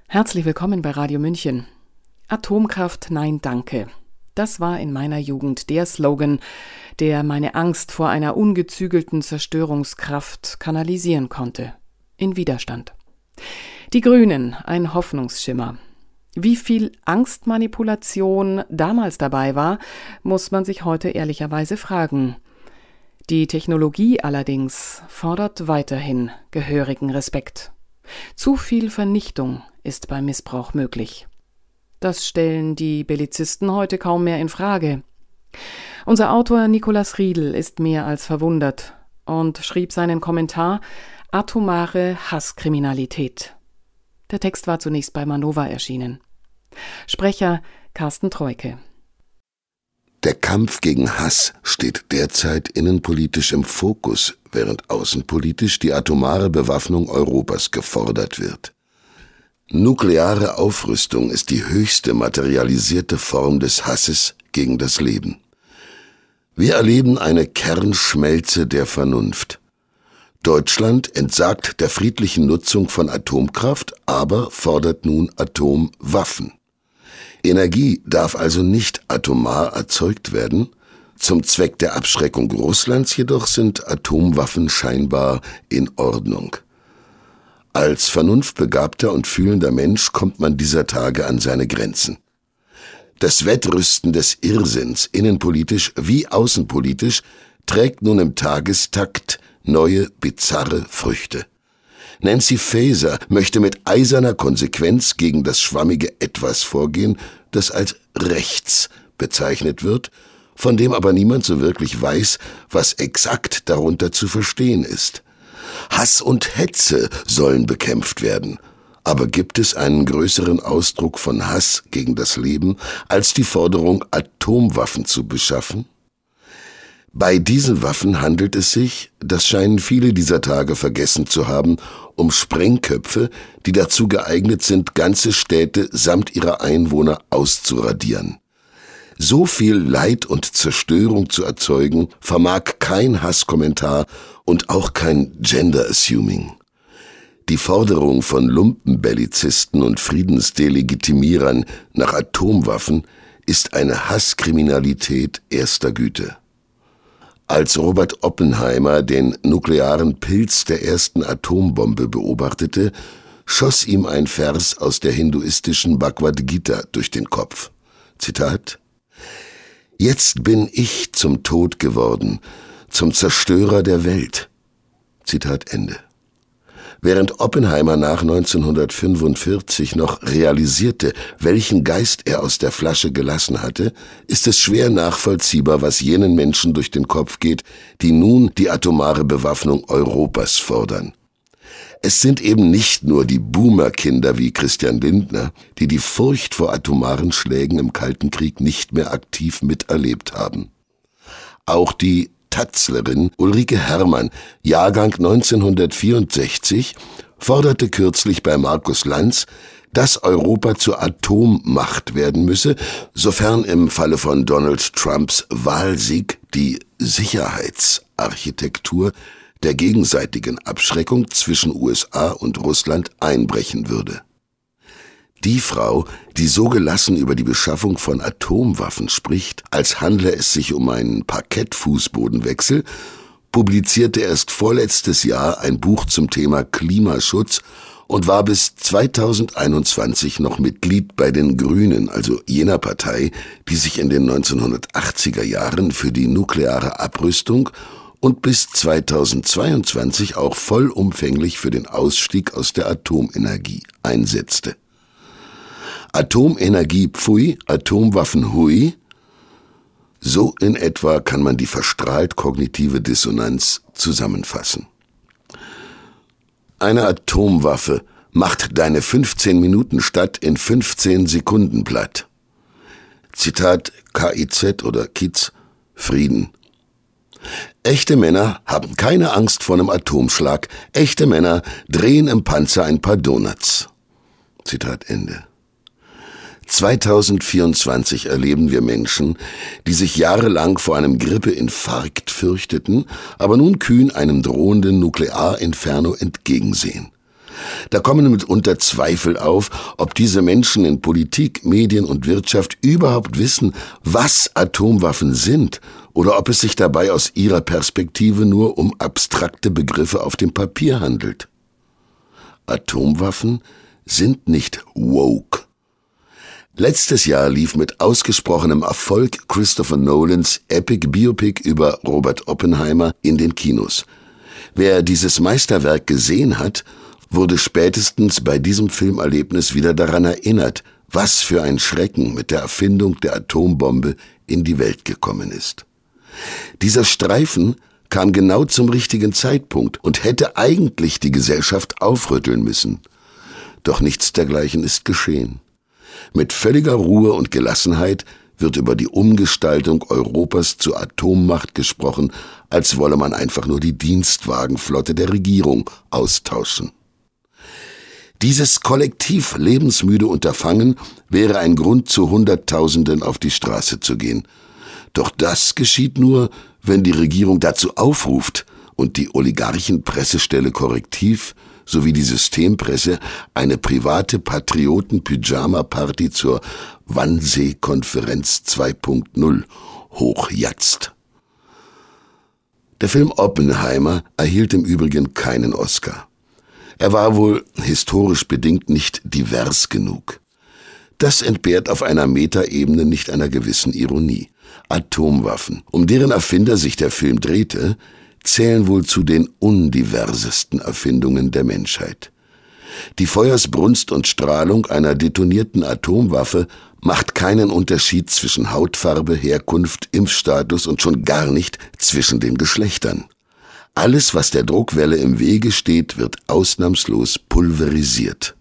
Herzlich willkommen bei Radio München. Atomkraft, nein, danke. Das war in meiner Jugend der Slogan, der meine Angst vor einer ungezügelten Zerstörungskraft kanalisieren konnte. In Widerstand. Die Grünen, ein Hoffnungsschimmer. Wie viel Angstmanipulation damals dabei war, muss man sich heute ehrlicherweise fragen. Die Technologie allerdings fordert weiterhin gehörigen Respekt. Zu viel Vernichtung ist beim Missbrauch möglich. Das stellen die Bellizisten heute kaum mehr in Frage. Unser Autor Nikolaus Riedl ist mehr als verwundert und schrieb seinen Kommentar Atomare Hasskriminalität. Der Text war zunächst bei Manova erschienen. Sprecher Carsten Troike. Der Kampf gegen Hass steht derzeit innenpolitisch im Fokus, während außenpolitisch die atomare Bewaffnung Europas gefordert wird. Nukleare Aufrüstung ist die höchste materialisierte Form des Hasses gegen das Leben. Wir erleben eine Kernschmelze der Vernunft. Deutschland entsagt der friedlichen Nutzung von Atomkraft, aber fordert nun Atomwaffen. Energie darf also nicht atomar erzeugt werden. Zum Zweck der Abschreckung Russlands jedoch sind Atomwaffen scheinbar in Ordnung. Als vernunftbegabter und fühlender Mensch kommt man dieser Tage an seine Grenzen. Das Wettrüsten des Irrsinns, innenpolitisch wie außenpolitisch, trägt nun im Tagestakt neue, bizarre Früchte. Nancy Faeser möchte mit eiserner Konsequenz gegen das schwammige Etwas vorgehen, das als rechts bezeichnet wird, von dem aber niemand so wirklich weiß, was exakt darunter zu verstehen ist. Hass und Hetze sollen bekämpft werden. Aber gibt es einen größeren Ausdruck von Hass gegen das Leben, als die Forderung, Atomwaffen zu beschaffen? Bei diesen Waffen handelt es sich, das scheinen viele dieser Tage vergessen zu haben, um Sprengköpfe, die dazu geeignet sind, ganze Städte samt ihrer Einwohner auszuradieren. So viel Leid und Zerstörung zu erzeugen, vermag kein Hasskommentar und auch kein Gender-Assuming. Die Forderung von Lumpenbellizisten und Friedensdelegitimierern nach Atomwaffen ist eine Hasskriminalität erster Güte. Als Robert Oppenheimer den nuklearen Pilz der ersten Atombombe beobachtete, schoss ihm ein Vers aus der hinduistischen Bhagavad Gita durch den Kopf. Zitat: Jetzt bin ich zum Tod geworden, zum Zerstörer der Welt. Zitat Ende. Während Oppenheimer nach 1945 noch realisierte, welchen Geist er aus der Flasche gelassen hatte, ist es schwer nachvollziehbar, was jenen Menschen durch den Kopf geht, die nun die atomare Bewaffnung Europas fordern. Es sind eben nicht nur die Boomer-Kinder wie Christian Lindner, die die Furcht vor atomaren Schlägen im Kalten Krieg nicht mehr aktiv miterlebt haben. Auch die Tatzlerin Ulrike Herrmann, Jahrgang 1964, forderte kürzlich bei Markus Lanz, dass Europa zur Atommacht werden müsse, sofern im Falle von Donald Trumps Wahlsieg die Sicherheitsarchitektur der gegenseitigen Abschreckung zwischen USA und Russland einbrechen würde. Die Frau, die so gelassen über die Beschaffung von Atomwaffen spricht, als handle es sich um einen Parkettfußbodenwechsel, publizierte erst vorletztes Jahr ein Buch zum Thema Klimaschutz und war bis 2021 noch Mitglied bei den Grünen, also jener Partei, die sich in den 1980er Jahren für die nukleare Abrüstung und bis 2022 auch vollumfänglich für den Ausstieg aus der Atomenergie einsetzte. Atomenergie pfui, Atomwaffen hui. So in etwa kann man die verstrahlt kognitive Dissonanz zusammenfassen. Eine Atomwaffe macht deine 15 Minuten Stadt in 15 Sekunden platt. Zitat KIZ oder Kiz, Frieden. Echte Männer haben keine Angst vor einem Atomschlag. Echte Männer drehen im Panzer ein paar Donuts. Zitat Ende. 2024 erleben wir Menschen, die sich jahrelang vor einem Grippeinfarkt fürchteten, aber nun kühn einem drohenden Nuklearinferno entgegensehen. Da kommen mitunter Zweifel auf, ob diese Menschen in Politik, Medien und Wirtschaft überhaupt wissen, was Atomwaffen sind, oder ob es sich dabei aus ihrer Perspektive nur um abstrakte Begriffe auf dem Papier handelt. Atomwaffen sind nicht woke. Letztes Jahr lief mit ausgesprochenem Erfolg Christopher Nolans Epic Biopic über Robert Oppenheimer in den Kinos. Wer dieses Meisterwerk gesehen hat, wurde spätestens bei diesem Filmerlebnis wieder daran erinnert, was für ein Schrecken mit der Erfindung der Atombombe in die Welt gekommen ist. Dieser Streifen kam genau zum richtigen Zeitpunkt und hätte eigentlich die Gesellschaft aufrütteln müssen. Doch nichts dergleichen ist geschehen. Mit völliger Ruhe und Gelassenheit wird über die Umgestaltung Europas zur Atommacht gesprochen, als wolle man einfach nur die Dienstwagenflotte der Regierung austauschen. Dieses kollektiv lebensmüde Unterfangen wäre ein Grund, zu Hunderttausenden auf die Straße zu gehen. Doch das geschieht nur, wenn die Regierung dazu aufruft und die Oligarchen-Pressestelle Korrektiv sowie die Systempresse eine private Patrioten-Pyjama-Party zur Wannsee-Konferenz 2.0 hochjatzt. Der Film Oppenheimer erhielt im Übrigen keinen Oscar. Er war wohl historisch bedingt nicht divers genug. Das entbehrt auf einer Metaebene nicht einer gewissen Ironie. Atomwaffen, um deren Erfinder sich der Film drehte, zählen wohl zu den undiversesten Erfindungen der Menschheit. Die Feuersbrunst und Strahlung einer detonierten Atomwaffe macht keinen Unterschied zwischen Hautfarbe, Herkunft, Impfstatus und schon gar nicht zwischen den Geschlechtern. Alles, was der Druckwelle im Wege steht, wird ausnahmslos pulverisiert.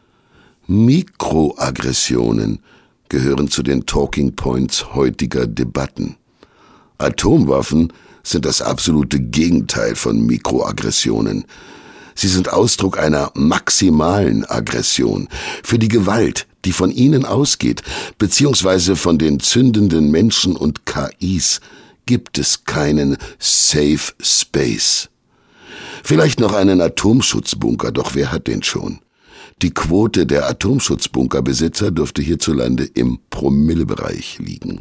Mikroaggressionen gehören zu den Talking Points heutiger Debatten. Atomwaffen sind das absolute Gegenteil von Mikroaggressionen. Sie sind Ausdruck einer maximalen Aggression. Für die Gewalt, die von ihnen ausgeht, beziehungsweise von den zündenden Menschen und KIs, gibt es keinen Safe Space. Vielleicht noch einen Atomschutzbunker, doch wer hat den schon? Die Quote der Atomschutzbunkerbesitzer dürfte hierzulande im Promillebereich liegen.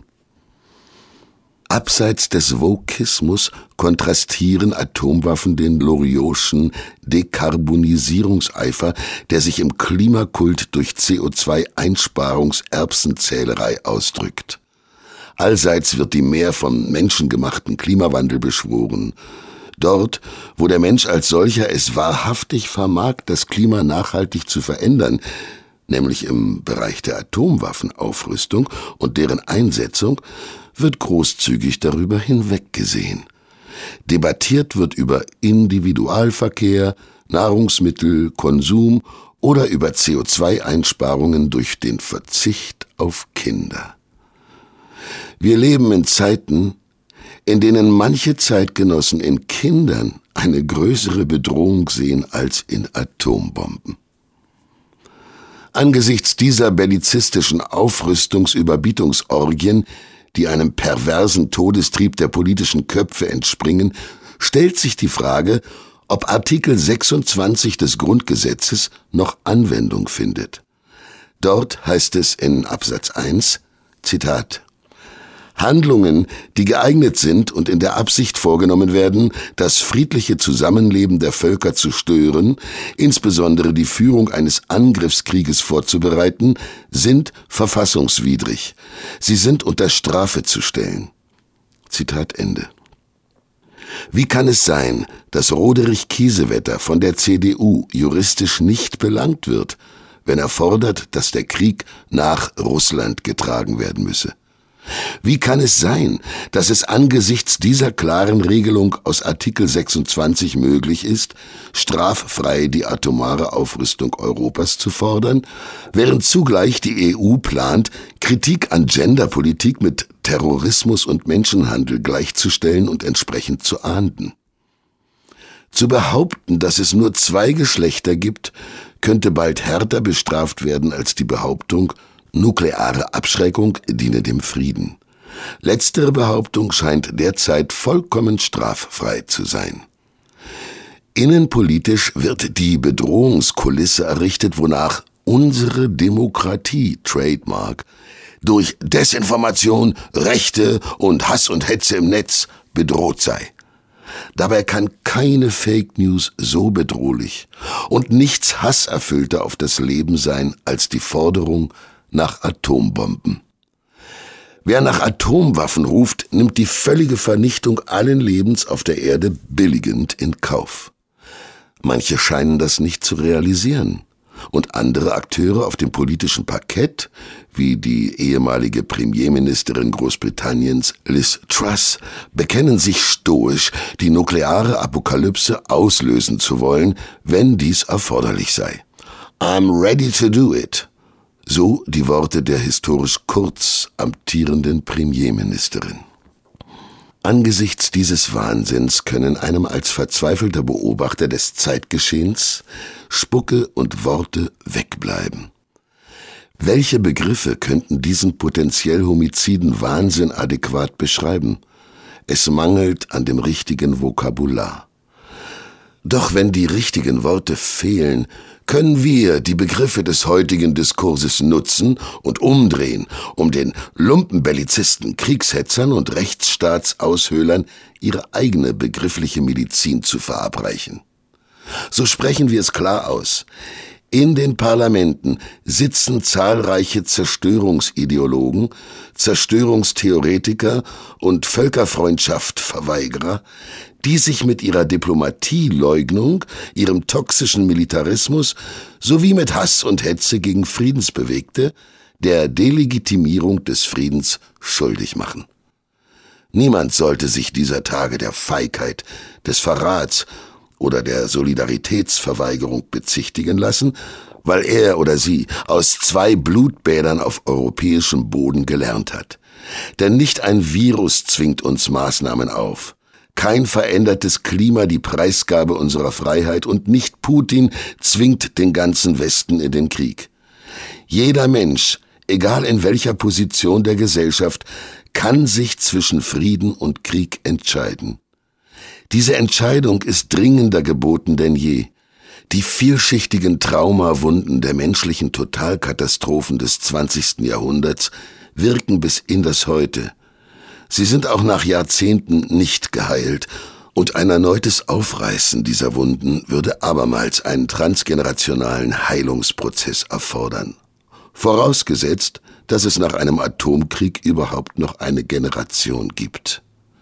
Abseits des Wokismus kontrastieren Atomwaffen den Loriot'schen Dekarbonisierungseifer, der sich im Klimakult durch CO2-Einsparungserbsenzählerei ausdrückt. Allseits wird die Mehr vom menschengemachten Klimawandel beschworen. Dort, wo der Mensch als solcher es wahrhaftig vermag, das Klima nachhaltig zu verändern, nämlich im Bereich der Atomwaffenaufrüstung und deren Einsetzung, wird großzügig darüber hinweggesehen. Debattiert wird über Individualverkehr, Nahrungsmittel, Konsum oder über CO2-Einsparungen durch den Verzicht auf Kinder. Wir leben in Zeiten, in denen manche Zeitgenossen in Kindern eine größere Bedrohung sehen als in Atombomben. Angesichts dieser bellizistischen Aufrüstungsüberbietungsorgien, die einem perversen Todestrieb der politischen Köpfe entspringen, stellt sich die Frage, ob Artikel 26 des Grundgesetzes noch Anwendung findet. Dort heißt es in Absatz 1, Zitat: Handlungen, die geeignet sind und in der Absicht vorgenommen werden, das friedliche Zusammenleben der Völker zu stören, insbesondere die Führung eines Angriffskrieges vorzubereiten, sind verfassungswidrig. Sie sind unter Strafe zu stellen. Zitat Ende. Wie kann es sein, dass Roderich Kiesewetter von der CDU juristisch nicht belangt wird, wenn er fordert, dass der Krieg nach Russland getragen werden müsse? Wie kann es sein, dass es angesichts dieser klaren Regelung aus Artikel 26 möglich ist, straffrei die atomare Aufrüstung Europas zu fordern, während zugleich die EU plant, Kritik an Genderpolitik mit Terrorismus und Menschenhandel gleichzustellen und entsprechend zu ahnden? Zu behaupten, dass es nur 2 Geschlechter gibt, könnte bald härter bestraft werden als die Behauptung, nukleare Abschreckung diene dem Frieden. Letztere Behauptung scheint derzeit vollkommen straffrei zu sein. Innenpolitisch wird die Bedrohungskulisse errichtet, wonach unsere Demokratie, Trademark, durch Desinformation, Rechte und Hass und Hetze im Netz bedroht sei. Dabei kann keine Fake News so bedrohlich und nichts hasserfüllter auf das Leben sein als die Forderung nach Atombomben. Wer nach Atomwaffen ruft, nimmt die völlige Vernichtung allen Lebens auf der Erde billigend in Kauf. Manche scheinen das nicht zu realisieren. Und andere Akteure auf dem politischen Parkett, wie die ehemalige Premierministerin Großbritanniens Liz Truss, bekennen sich stoisch, die nukleare Apokalypse auslösen zu wollen, wenn dies erforderlich sei. I'm ready to do it. So die Worte der historisch kurz amtierenden Premierministerin. Angesichts dieses Wahnsinns können einem als verzweifelter Beobachter des Zeitgeschehens Spucke und Worte wegbleiben. Welche Begriffe könnten diesen potenziell homiziden Wahnsinn adäquat beschreiben? Es mangelt an dem richtigen Vokabular. Doch wenn die richtigen Worte fehlen, können wir die Begriffe des heutigen Diskurses nutzen und umdrehen, um den Lumpenbellizisten, Kriegshetzern und Rechtsstaatsaushöhlern ihre eigene begriffliche Medizin zu verabreichen. So sprechen wir es klar aus. In den Parlamenten sitzen zahlreiche Zerstörungsideologen, Zerstörungstheoretiker und Völkerfreundschaftverweigerer, die sich mit ihrer Diplomatieleugnung, ihrem toxischen Militarismus sowie mit Hass und Hetze gegen Friedensbewegte der Delegitimierung des Friedens schuldig machen. Niemand sollte sich dieser Tage der Feigheit, des Verrats oder der Solidaritätsverweigerung bezichtigen lassen, weil er oder sie aus 2 Blutbädern auf europäischem Boden gelernt hat. Denn nicht ein Virus zwingt uns Maßnahmen auf. Kein verändertes Klima die Preisgabe unserer Freiheit und nicht Putin zwingt den ganzen Westen in den Krieg. Jeder Mensch, egal in welcher Position der Gesellschaft, kann sich zwischen Frieden und Krieg entscheiden. Diese Entscheidung ist dringender geboten denn je. Die vielschichtigen Traumawunden der menschlichen Totalkatastrophen des 20. Jahrhunderts wirken bis in das Heute. Sie sind auch nach Jahrzehnten nicht geheilt, und ein erneutes Aufreißen dieser Wunden würde abermals einen transgenerationalen Heilungsprozess erfordern. Vorausgesetzt, dass es nach einem Atomkrieg überhaupt noch eine Generation gibt.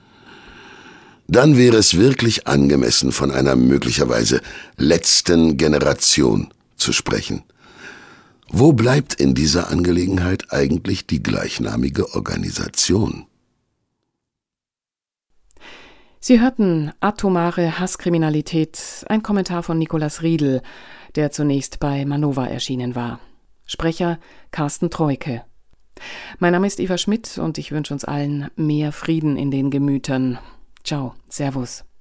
Dann wäre es wirklich angemessen, von einer möglicherweise letzten Generation zu sprechen. Wo bleibt in dieser Angelegenheit eigentlich die gleichnamige Organisation? Sie hörten Atomare Hasskriminalität, ein Kommentar von Nikolaus Riedl, der zunächst bei Manova erschienen war. Sprecher Carsten Troike. Mein Name ist Eva Schmidt und ich wünsche uns allen mehr Frieden in den Gemütern. Ciao, Servus.